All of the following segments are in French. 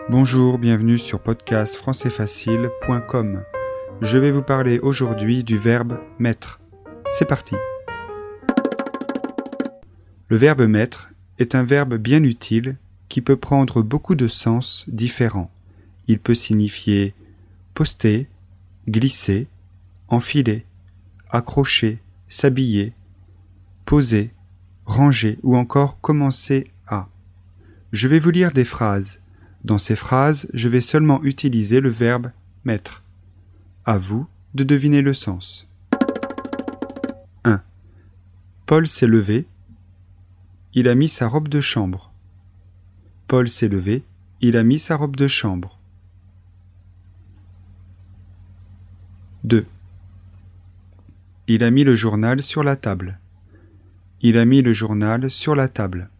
Bonjour, bienvenue sur podcastfrançaisfacile.com. Je vais vous parler aujourd'hui du verbe mettre. C'est parti. Le verbe mettre est un verbe bien utile qui peut prendre beaucoup de sens différents. Il peut signifier poster, glisser, enfiler, accrocher, s'habiller, poser, ranger ou encore commencer à. Je vais vous lire des phrases. Dans ces phrases, je vais seulement utiliser le verbe mettre. À vous de deviner le sens. 1. Paul s'est levé. Il a mis sa robe de chambre. Paul s'est levé. Il a mis sa robe de chambre. 2. Il a mis le journal sur la table. Il a mis le journal sur la table.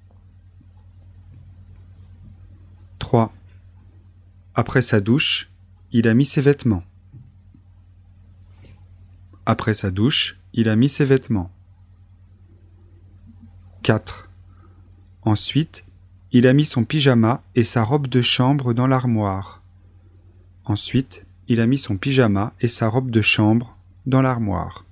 3. Après sa douche, il a mis ses vêtements. Après sa douche, il a mis ses vêtements. 4. Ensuite, il a mis son pyjama et sa robe de chambre dans l'armoire. Ensuite, il a mis son pyjama et sa robe de chambre dans l'armoire.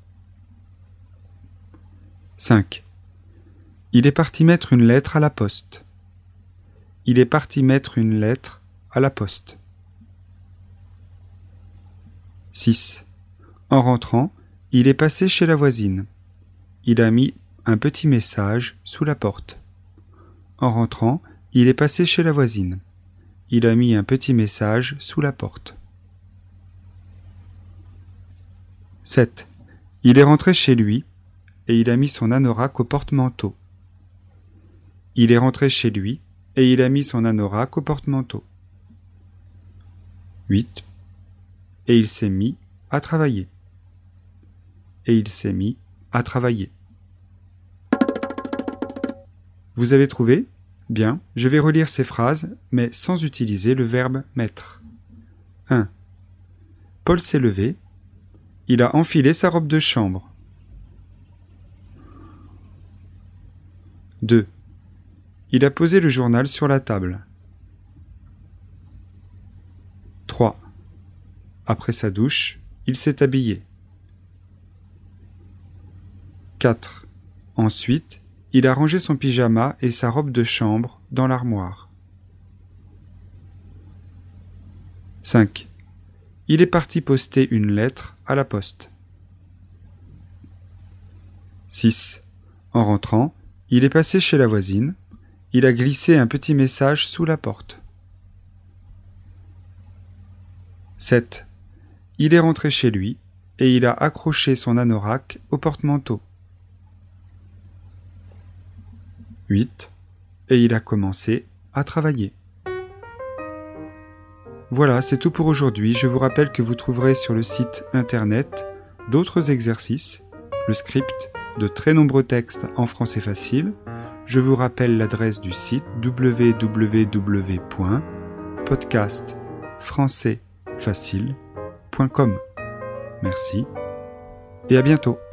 5. Il est parti mettre une lettre à la poste. Il est parti mettre une lettre à la poste. 6. En rentrant, il est passé chez la voisine. Il a mis un petit message sous la porte. En rentrant, il est passé chez la voisine. Il a mis un petit message sous la porte. 7. Il est rentré chez lui et il a mis son anorak au porte-manteau. Il est rentré chez lui et il a mis son anorak au porte-manteau. 8. Et il s'est mis à travailler. Et il s'est mis à travailler. Vous avez trouvé ? Bien, je vais relire ces phrases, mais sans utiliser le verbe mettre. 1. Paul s'est levé. Il a enfilé sa robe de chambre. 2. Il a posé le journal sur la table. 3. Après sa douche, il s'est habillé. 4. Ensuite, il a rangé son pyjama et sa robe de chambre dans l'armoire. 5. Il est parti poster une lettre à la poste. 6. En rentrant, il est passé chez la voisine. Il a glissé un petit message sous la porte. 7. Il est rentré chez lui et il a accroché son anorak au porte-manteau. 8. Et il a commencé à travailler. Voilà, c'est tout pour aujourd'hui. Je vous rappelle que vous trouverez sur le site internet d'autres exercices, le script, de très nombreux textes en français facile. Je vous rappelle l'adresse du site www.podcastfrançaisfacile.com. Merci et à bientôt.